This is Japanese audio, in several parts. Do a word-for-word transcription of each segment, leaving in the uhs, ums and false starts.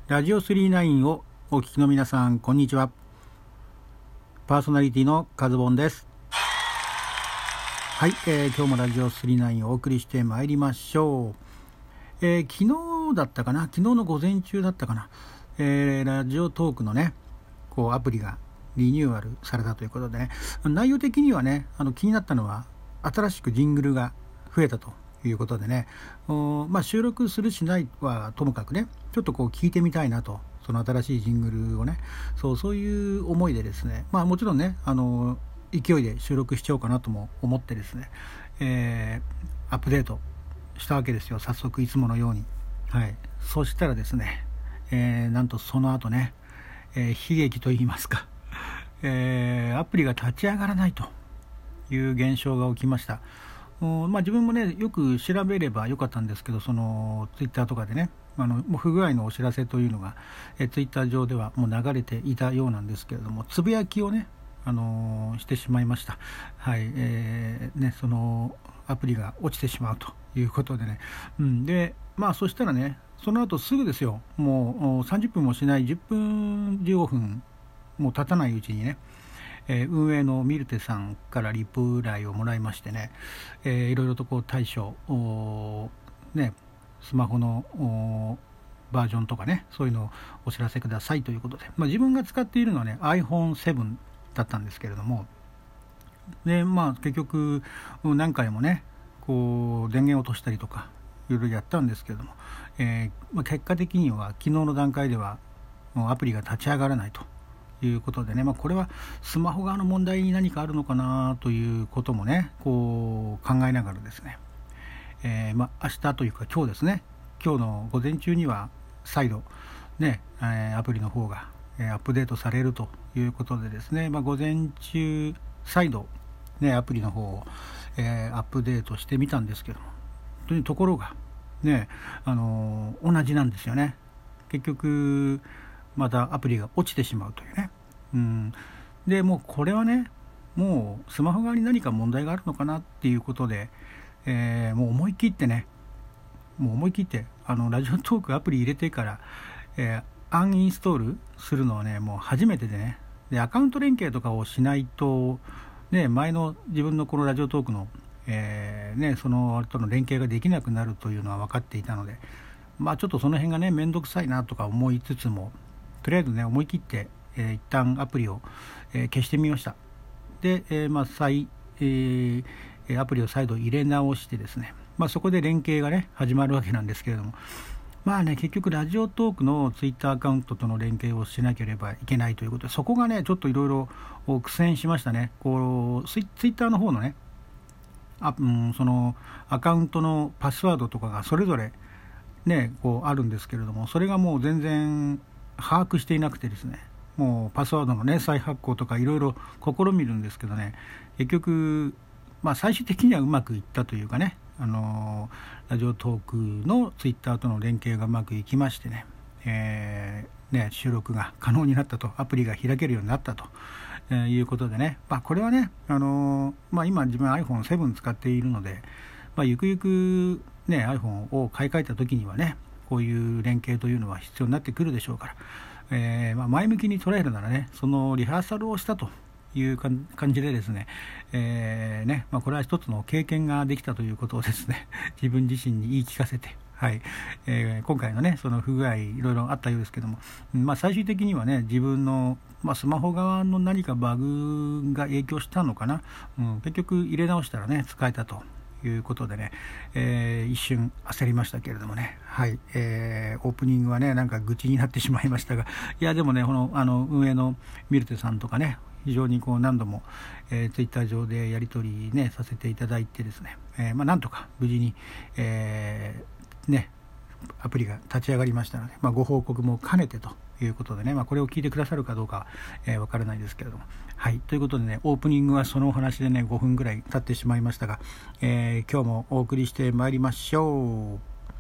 ラジオスリーナインをお聞きの皆さん、こんにちは。パーソナリティのカズボンです。はい、えー、今日もラジオスリーナインをお送りしてまいりましょう。えー、昨日だったかな昨日の午前中だったかな、えー、ラジオトークのねこうアプリがリニューアルされたということでね、内容的にはねあの気になったのは新しくジングルが増えたということでね、まあ、収録するしないはともかくねちょっとこう聞いてみたいなと、その新しいジングルをねそうそういう思いでですね、まあもちろんねあの勢いで収録しちゃおうかなとも思ってですね、えー、アップデートしたわけですよ、早速いつものように。はい、そしたらですね、えー、なんとその後ね、えー、悲劇といいますか、えー、アプリが立ち上がらないという現象が起きました。まあ、自分もねよく調べればよかったんですけど、そのツイッターとかでねあのもう不具合のお知らせというのがえツイッター上ではもう流れていたようなんですけれども、つぶやきをね、あのー、してしまいました。はい、えー、ねそのアプリが落ちてしまうということでね、うん、でまあそしたらねその後すぐですよ、もうさんじゅっぷんもしないじゅっぷんじゅうごふんもう経たないうちにね、えー、運営のミルテさんからリプライをもらいましてね、えー、いろいろとこう対処ねスマホのバージョンとかねそういうのをお知らせくださいということで、まあ、自分が使っているのはね アイフォンセブン だったんですけれども、でまあ結局何回もねこう電源を落としたりとかいろいろやったんですけれども、えーまあ、結果的には昨日の段階ではもうアプリが立ち上がらないということでね、まあ、これはスマホ側の問題に何かあるのかなということもねこう考えながらですね、えーまあ、明日というか今日ですね、今日の午前中には再度ね、えー、アプリの方が、えー、アップデートされるということでですね、まあ、午前中再度ねアプリの方を、えー、アップデートしてみたんですけども、というところがねあのー、同じなんですよね。結局またアプリが落ちてしまうというね、うん、でもうこれはねもうスマホ側に何か問題があるのかなっていうことで、えー、もう思い切ってねもう思い切ってあのラジオトークアプリ入れてから、えー、アンインストールするのはねもう初めてでね、でアカウント連携とかをしないとね前の自分のこのラジオトークの、えーね、そのとの連携ができなくなるというのは分かっていたので、まあちょっとその辺がね面倒くさいなとか思いつつも、とりあえずね思い切って、えー、一旦アプリを、えー、消してみました。で、えーまあ再えー、アプリを再度入れ直してですね、まあ、そこで連携がね始まるわけなんですけれども、まあね結局ラジオトークのツイッターアカウントとの連携をしなければいけないということで、そこがねちょっといろいろ苦戦しましたね。こうツイッターの方のねあ、うん、そのアカウントのパスワードとかがそれぞれねこうあるんですけれども、それがもう全然把握していなくてですね、もうパスワードのね再発行とかいろいろ試みるんですけどね、結局まあ最終的にはうまくいったというかね、あのー、ラジオトークのツイッターとの連携がうまくいきましてね、えー、ね収録が可能になったと、アプリが開けるようになったと、えー、いうことでね、まあ、これはね、あのーまあ、今自分 アイフォンセブン 使っているので、まあ、ゆくゆくね iPhone を買い替えた時にはねこういう連携というのは必要になってくるでしょうから、えーまあ、前向きに捉えるならねそのリハーサルをしたという感じでですね、えーねまあ、これは一つの経験ができたということをですね自分自身に言い聞かせて、はいえー、今回のねその不具合いろいろあったようですけども、まあ、最終的にはね自分の、まあ、スマホ側の何かバグが影響したのかな、うん、結局入れ直したらね使えたということでね、えー、一瞬焦りましたけれどもね、はい、えー、オープニングはねなんか愚痴になってしまいましたが、いやでもねこのあの運営のミルテさんとかね非常にこう何度も、えー、ツイッター上でやり取りねさせていただいてですね、えーまあ、なんとか無事に、えー、ねアプリが立ち上がりましたので、まあ、ご報告も兼ねてということでね、まあ、これを聞いてくださるかどうかは、えー、分からないですけれども、はいということでねオープニングはそのお話でねごふんぐらい経ってしまいましたが、えー、今日もお送りしてまいりましょう。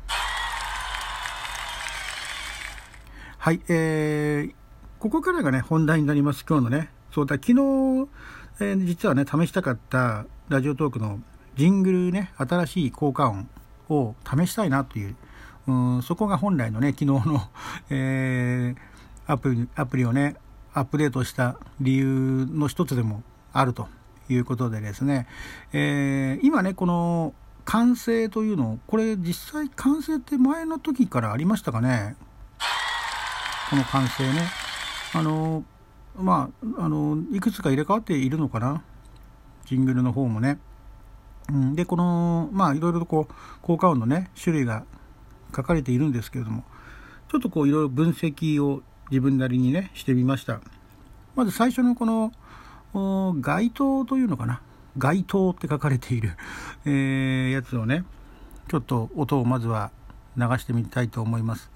はい、えー、ここからがね本題になります。今日のねそうだ昨日、えー、実はね試したかったラジオトークのジングルね新しい効果音を試したいなといううん、そこが本来のね昨日の、えー、アプリ、アプリをねアップデートした理由の一つでもあるということでですね、えー、今ねこの完成というのこれ実際完成って前の時からありましたかね。この完成ねあのまああのいくつか入れ替わっているのかな、ジングルの方もね。うん、でこのまあいろいろとこう効果音のね種類が書かれているんですけれども、ちょっとこういろいろ分析を自分なりにねしてみました。まず最初のこの該当というのかな、該当って書かれている、えー、やつをねちょっと音をまずは流してみたいと思います。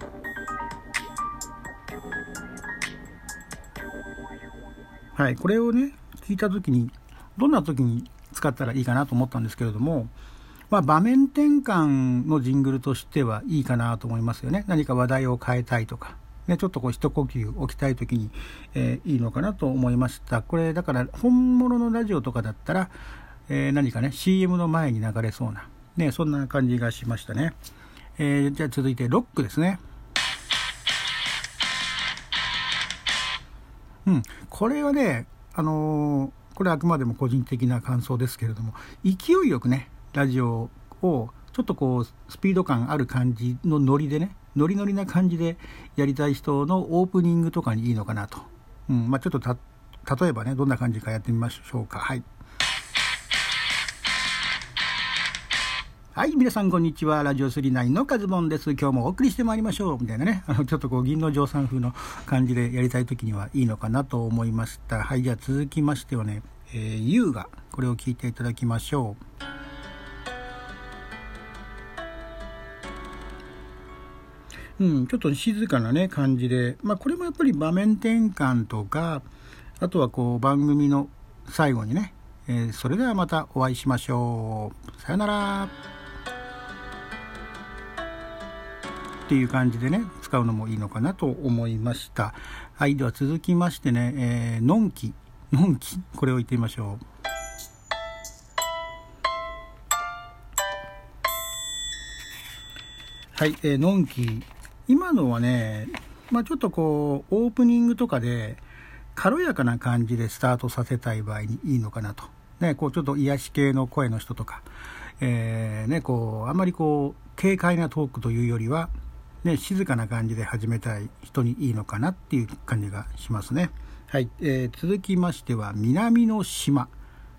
はい、これをね聞いた時にどんな時に使ったらいいかなと思ったんですけれども、まあ、場面転換のジングルとしてはいいかなと思いますよね。何か話題を変えたいとか、ね、ちょっとこう一呼吸置きたい時に、えー、いいのかなと思いました。これだから本物のラジオとかだったら、えー、何かね シーエム の前に流れそうな、ね、そんな感じがしましたね。えー、じゃあ続いてロックですね。うん、これはね、あのー、これはあくまでも個人的な感想ですけれども、勢いよくねラジオをちょっとこうスピード感ある感じのノリでね、ノリノリな感じでやりたい人のオープニングとかにいいのかなと、うんまあ、ちょっとた例えばねどんな感じかやってみましょうか。はいはい、皆さんこんにちは。ラジオスリーナインのカズボンです。今日もお送りしてまいりましょうみたいなね、あのちょっとこう銀の城さん風の感じでやりたい時にはいいのかなと思いました。はい、じゃあ続きましてはね、えー、優雅、これを聞いていただきましょう。うん、ちょっと静かなね感じで、まあこれもやっぱり場面転換とか、あとはこう番組の最後にね、えー、それではまたお会いしましょう。さよなら。っていう感じでね使うのもいいのかなと思いました。はい、では続きましてね、えー、のんきのんきこれを言ってみましょう。はい、えー、のんき今のはね、まあ、ちょっとこうオープニングとかで軽やかな感じでスタートさせたい場合にいいのかなと、ね、こうちょっと癒し系の声の人とか、えーね、こうあんまりこう軽快なトークというよりはね、静かな感じで始めたい人にいいのかなっていう感じがしますね。はい、えー、続きましては南の島。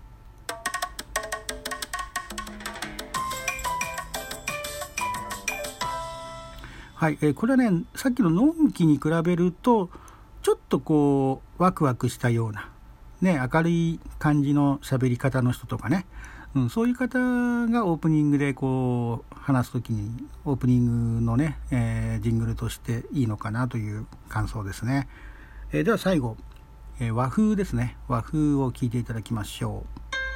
はい、えー、これはねさっきののんきに比べるとちょっとこうワクワクしたような、ね、明るい感じの喋り方の人とかね、うん、そういう方がオープニングでこう話すときにオープニングのね、えー、ジングルとしていいのかなという感想ですね。えー、では最後、えー、和風ですね。和風を聞いていただきましょう。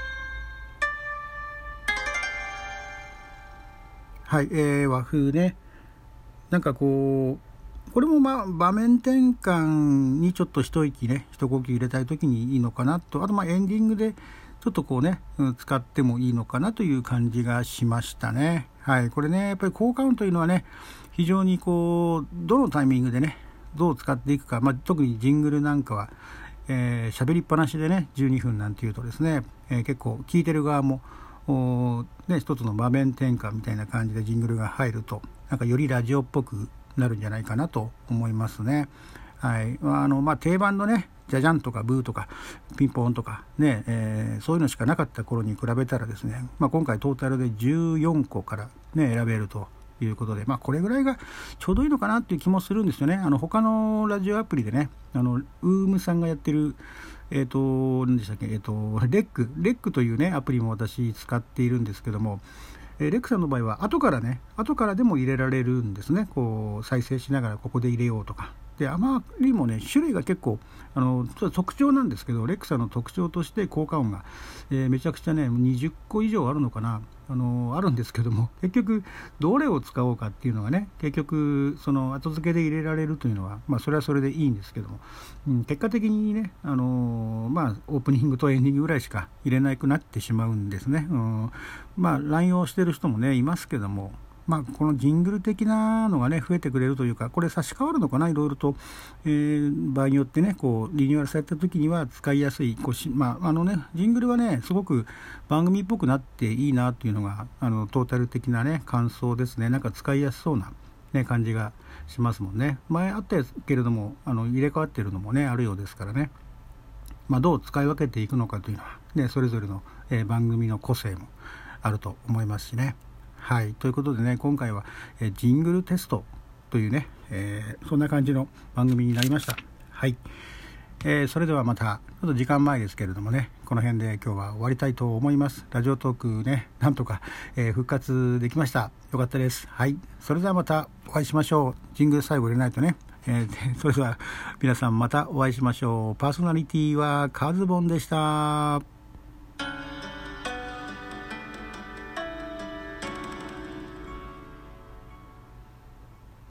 はい、えー、和風ね、なんかこうこれもまあ場面転換にちょっと一息ね一呼吸入れたいときにいいのかなと、あとまあエンディングでちょっとこうね、うん、使ってもいいのかなという感じがしましたね。はい、これねやっぱり効果音というのはね非常にこうどのタイミングでねどう使っていくか、まあ、特にジングルなんかは喋、えー、りっぱなしでねじゅうにふんなんていうとですね、えー、結構聞いてる側もね、一つの場面転換みたいな感じでジングルが入るとなんかよりラジオっぽくなるんじゃないかなと思いますね。はい、あのまあ定番のねジャジャンとかブーとかピンポンとかね、えー、そういうのしかなかった頃に比べたらですね、まあ、今回トータルでじゅうよんこから、ね、選べるということで、まあ、これぐらいがちょうどいいのかなっていう気もするんですよね。あの他のラジオアプリでねあのウームさんがやってるえっ、ー、と何でしたっけ、えっ、ー、とレックレックというねアプリも私使っているんですけども、えー、レックさんの場合は後からね後からでも入れられるんですね。こう再生しながらここで入れようとかで、あまりもね種類が結構あの特徴なんですけど、レックさんの特徴として効果音が、えー、めちゃくちゃねにじゅっこ以上あるのかな、あのあるんですけども、結局どれを使おうかっていうのがね結局その後付けで入れられるというのは、まあ、それはそれでいいんですけども、うん、結果的にね、あのー、まあオープニングとエンディングぐらいしか入れなくなってしまうんですね。うん、まあ乱用してる人もねいますけども、 まあ、このジングル的なのがね増えてくれるというか、これ差し替わるのかな、いろいろと、えー、場合によってねこうリニューアルされた時には使いやすいこうし、まああのね、ジングルはねすごく番組っぽくなっていいなというのがあのトータル的なね感想ですね。なんか使いやすそうな、ね、感じがしますもんね。前あったけれどもあの入れ替わっているのもねあるようですからね、まあ、どう使い分けていくのかというのは、ね、それぞれの、えー、番組の個性もあると思いますしね。はい、ということでね、今回は、えー、ジングルテストというね、えー、そんな感じの番組になりました。はい、えー、それではまたちょっと時間前ですけれどもね、この辺で今日は終わりたいと思います。ラジオトークね、なんとか、えー、復活できました。よかったです。はい、それではまたお会いしましょう。ジングル最後入れないとね。えー、それでは皆さんまたお会いしましょう。パーソナリティはカズボンでした。